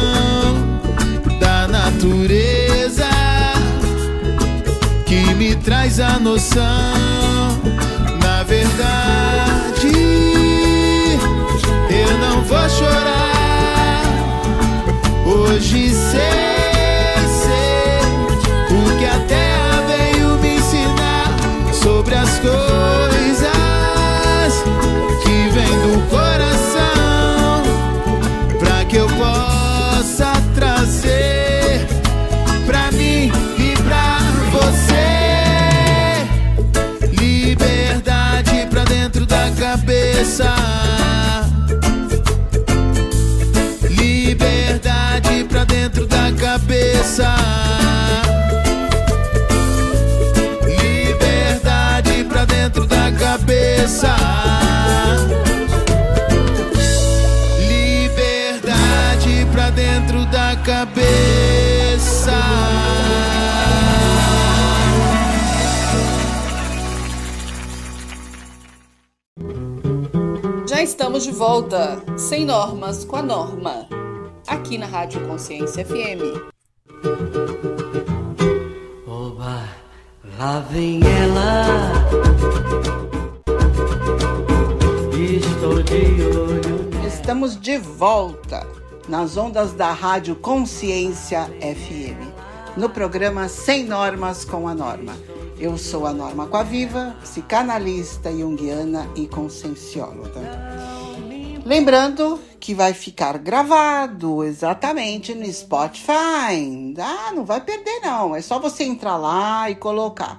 da natureza, que me traz a noção. Na verdade, eu não vou chorar. Hoje sei o que a terra veio me ensinar sobre as coisas que vêm do coração, pra que eu possa trazer pra mim e pra você. Liberdade pra dentro da cabeça. Liberdade pra dentro da cabeça. Liberdade pra dentro da cabeça. Liberdade pra dentro da cabeça. Já estamos de volta, Sem Normas com a Norma, aqui na Rádio Consciência FM. Oba, lá vem ela. Estou de olho nela. Estamos de volta nas ondas da Rádio Consciência FM, no programa Sem Normas com a Norma. Eu sou a Norma Coaviva, psicanalista junguiana e consciencióloga. Lembrando que vai ficar gravado exatamente no Spotify. Não vai perder não, é só você entrar lá e colocar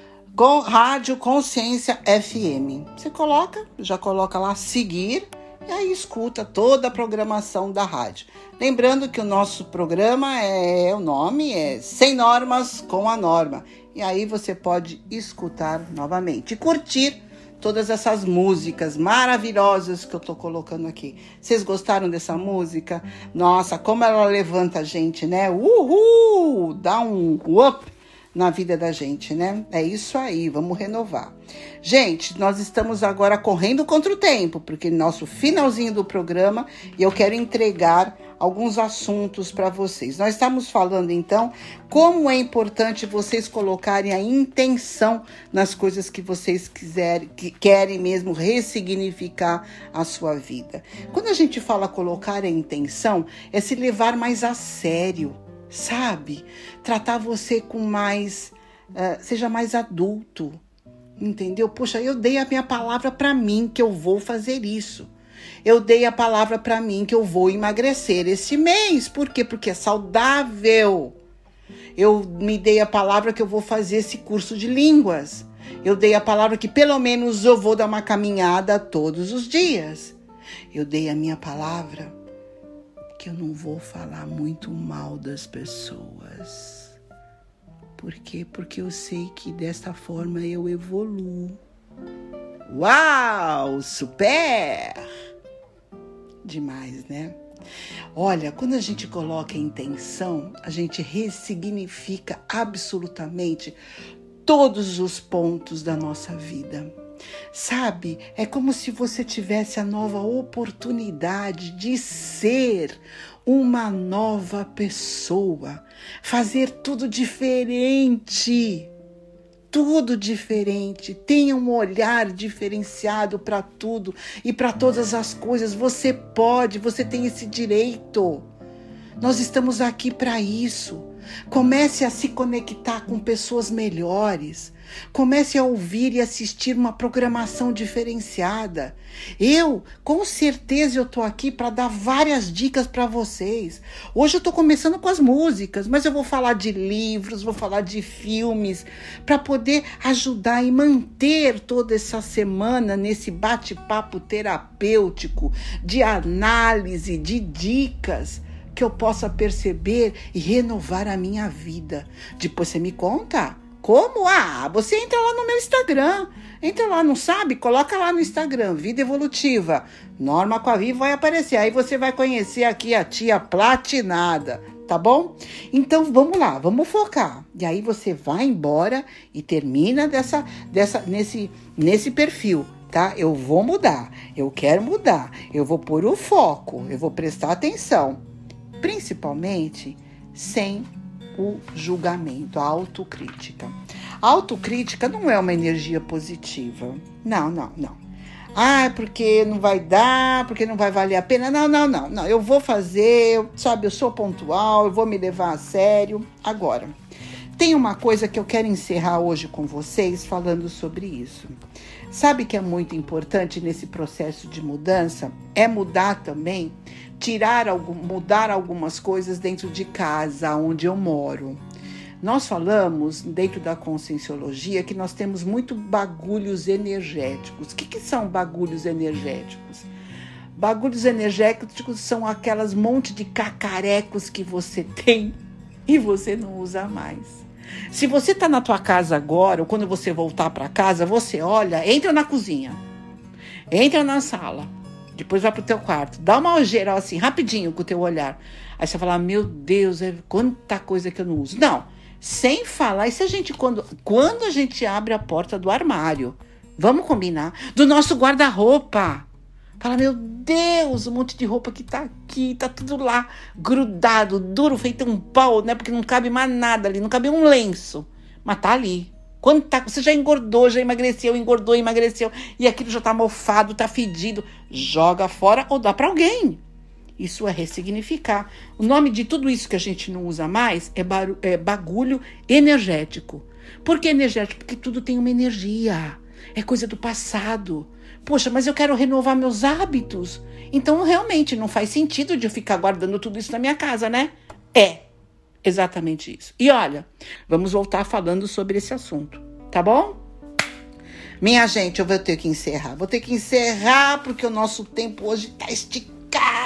com Rádio Consciência FM. Você já coloca lá seguir e aí escuta toda a programação da rádio. Lembrando que o nosso programa o nome é Sem Normas com a Norma. E aí você pode escutar novamente e curtir todas essas músicas maravilhosas que eu tô colocando aqui. Vocês gostaram dessa música? Nossa, como ela levanta a gente, né? Uhul! Dá um up na vida da gente, né? É isso aí, vamos renovar. Gente, nós estamos agora correndo contra o tempo, porque nosso finalzinho do programa e eu quero entregar alguns assuntos para vocês. Nós estamos falando, então, como é importante vocês colocarem a intenção nas coisas que vocês querem mesmo ressignificar a sua vida. Quando a gente fala colocar a intenção, é se levar mais a sério, sabe? Tratar você com mais... seja mais adulto, entendeu? Poxa, eu dei a minha palavra para mim que eu vou fazer isso. Eu dei a palavra para mim que eu vou emagrecer esse mês. Por quê? Porque é saudável. Eu me dei a palavra que eu vou fazer esse curso de línguas. Eu dei a palavra que pelo menos eu vou dar uma caminhada todos os dias. Eu dei a minha palavra que eu não vou falar muito mal das pessoas. Por quê? Porque eu sei que desta forma eu evoluo. Uau! Super! Demais, né? Olha, quando a gente coloca a intenção, a gente ressignifica absolutamente todos os pontos da nossa vida. Sabe? É como se você tivesse a nova oportunidade de ser uma nova pessoa, fazer tudo diferente. Tudo diferente, tenha um olhar diferenciado para tudo e para todas as coisas. Você tem esse direito. Nós estamos aqui para isso. Comece a se conectar com pessoas melhores. Comece a ouvir e assistir uma programação diferenciada. Com certeza, eu estou aqui para dar várias dicas para vocês. Hoje eu estou começando com as músicas, mas eu vou falar de livros, vou falar de filmes, para poder ajudar e manter toda essa semana nesse bate-papo terapêutico, de análise, de dicas, que eu possa perceber e renovar a minha vida. Depois você me conta. Como? Você entra lá no meu Instagram. Entra lá, não sabe? Coloca lá no Instagram, Vida Evolutiva. Norma com a Vi vai aparecer. Aí você vai conhecer aqui a tia platinada, tá bom? Então vamos lá, vamos focar. E aí você vai embora e termina nesse perfil, tá? Eu vou mudar, eu quero mudar, eu vou pôr o foco, eu vou prestar atenção. Principalmente sem o julgamento, a autocrítica. A autocrítica não é uma energia positiva. Não. É porque não vai dar, porque não vai valer a pena. Não. Eu vou fazer, eu sou pontual, eu vou me levar a sério. Agora, tem uma coisa que eu quero encerrar hoje com vocês falando sobre isso. Sabe que é muito importante nesse processo de mudança? É mudar também, mudar algumas coisas dentro de casa, onde eu moro. Nós falamos, dentro da Conscienciologia, que nós temos muito bagulhos energéticos. O que são bagulhos energéticos? Bagulhos energéticos são aquelas monte de cacarecos que você tem e você não usa mais. Se você está na tua casa agora, ou quando você voltar para casa, você olha, entra na cozinha, entra na sala, depois vai pro teu quarto, dá uma geral assim, rapidinho com o teu olhar. Aí você fala, meu Deus, quanta coisa que eu não uso. Não, sem falar, e se a gente, quando a gente abre a porta do armário, vamos combinar, do nosso guarda-roupa, fala, meu Deus, um monte de roupa que tá aqui, tá tudo lá, grudado, duro, feito um pau, né? Porque não cabe mais nada ali, não cabe um lenço, mas tá ali. Você já engordou, já emagreceu, engordou, emagreceu, e aquilo já tá mofado, tá fedido, joga fora ou dá pra alguém. Isso é ressignificar. O nome de tudo isso que a gente não usa mais é bagulho energético. Por que energético? Porque tudo tem uma energia, é coisa do passado. Poxa, mas eu quero renovar meus hábitos. Então, realmente, não faz sentido de eu ficar guardando tudo isso na minha casa, né? É exatamente isso. E olha, vamos voltar falando sobre esse assunto, tá bom? Minha gente, eu vou ter que encerrar. Vou ter que encerrar porque o nosso tempo hoje tá esticado.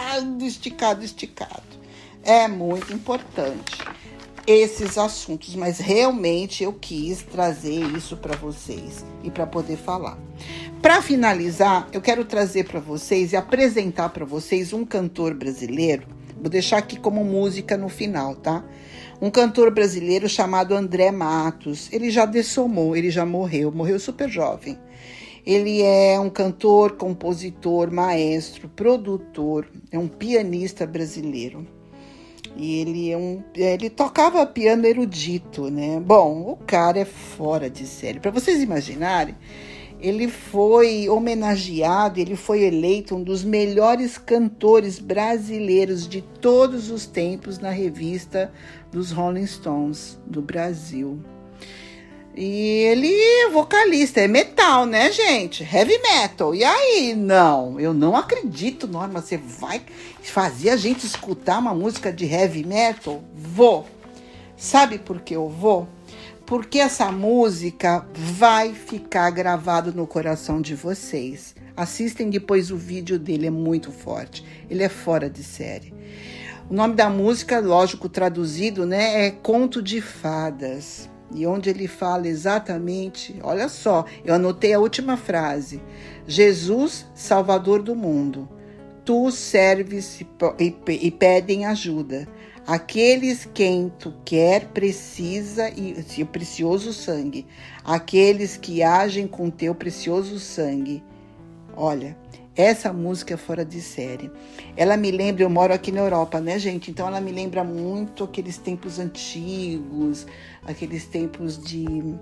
É muito importante esses assuntos, mas realmente eu quis trazer isso para vocês e para poder falar. Para finalizar, eu quero trazer para vocês e apresentar para vocês um cantor brasileiro. Vou deixar aqui como música no final, tá? Um cantor brasileiro chamado André Matos. Ele já dessomou, ele já morreu super jovem. Ele é um cantor, compositor, maestro, produtor, é um pianista brasileiro. E ele tocava piano erudito, né? Bom, o cara é fora de série. Para vocês imaginarem, ele foi homenageado, ele foi eleito um dos melhores cantores brasileiros de todos os tempos na revista dos Rolling Stones do Brasil. E ele é vocalista, é metal, né, gente? Heavy metal. E aí? Não, eu não acredito, Norma, você vai fazer a gente escutar uma música de heavy metal? Vou. Sabe por que eu vou? Porque essa música vai ficar gravada no coração de vocês. Assistem depois o vídeo dele, é muito forte. Ele é fora de série. O nome da música, lógico, traduzido, né, é Conto de Fadas. E onde ele fala exatamente, olha só, eu anotei a última frase. Jesus, Salvador do mundo, tu serves e pedem ajuda. Aqueles quem tu quer precisa e o precioso sangue. Aqueles que agem com teu precioso sangue. Olha, essa música é fora de série. Ela me lembra, eu moro aqui na Europa, né, gente? Então ela me lembra muito aqueles tempos antigos, aqueles tempos de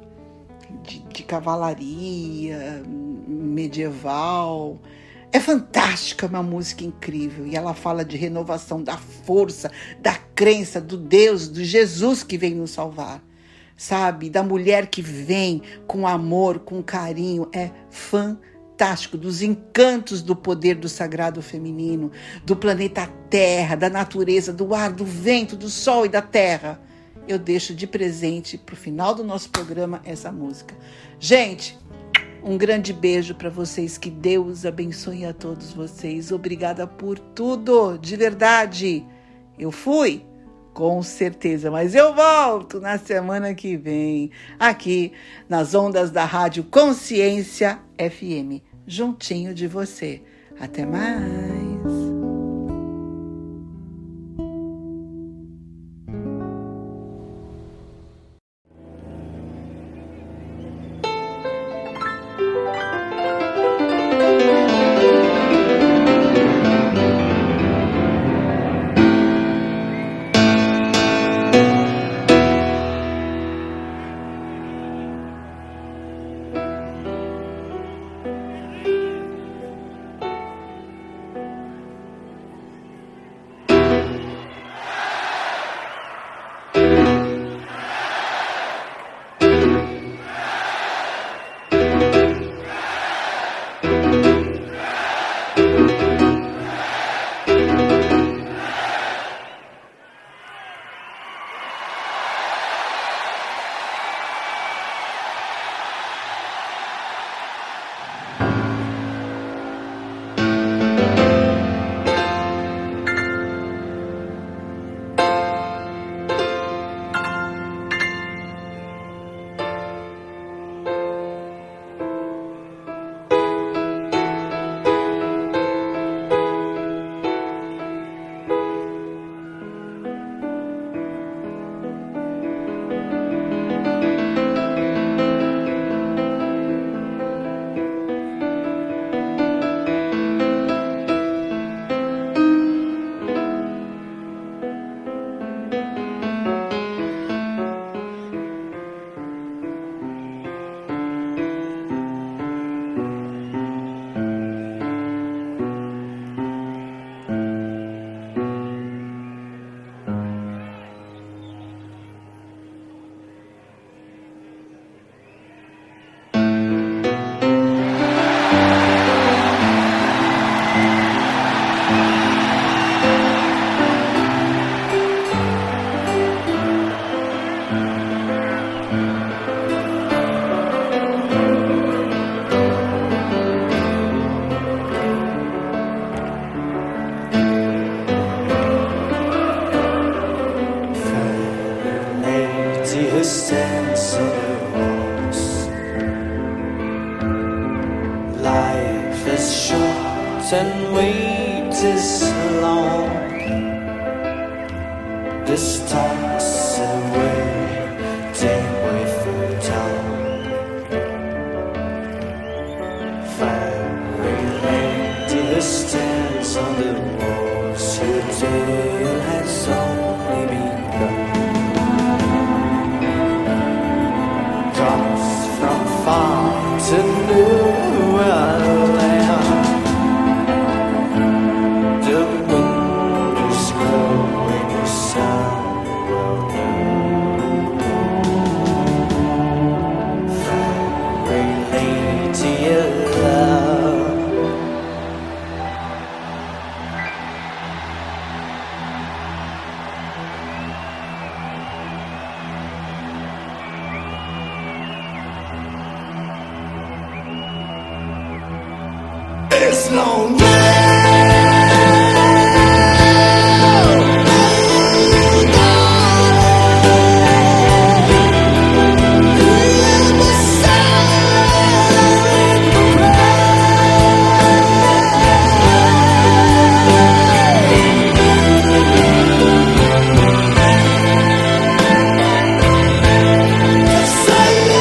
cavalaria medieval. É fantástica, uma música incrível. E ela fala de renovação da força, da crença do Deus, do Jesus que vem nos salvar. Sabe, da mulher que vem com amor, com carinho, é fantástico, dos encantos do poder do sagrado feminino, do planeta Terra, da natureza, do ar, do vento, do sol e da terra. Eu deixo de presente para o final do nosso programa essa música. Gente, um grande beijo para vocês, que Deus abençoe a todos vocês. Obrigada por tudo, de verdade. Eu fui? Com certeza, mas eu volto na semana que vem, aqui nas ondas da Rádio Consciência FM, juntinho de você. Até mais! And wait is long. This toss away, take way through town. Fiery lady stands on the walls. Her tale has only begun. Drops from far to New Orleans. It's lonely.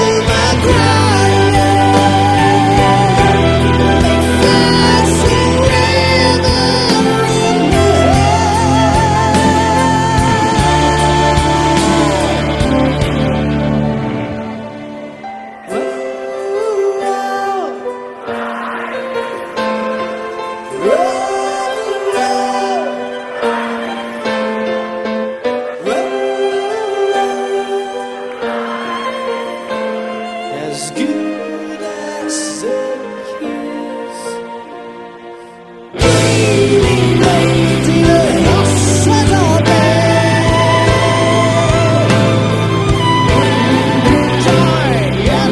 Say my cry. as good as a kiss. Leading lady, the horses are dead. Joy and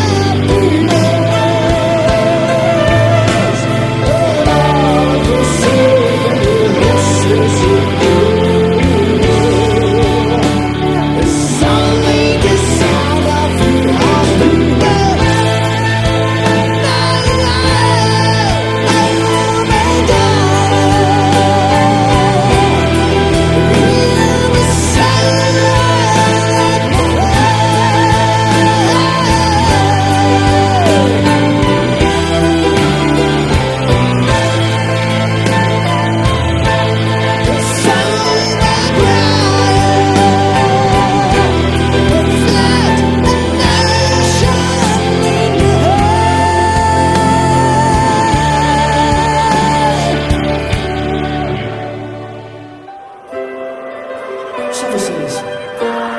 happiness, and all the silver horses are it's only the sound of your heartbeat. Só vocês.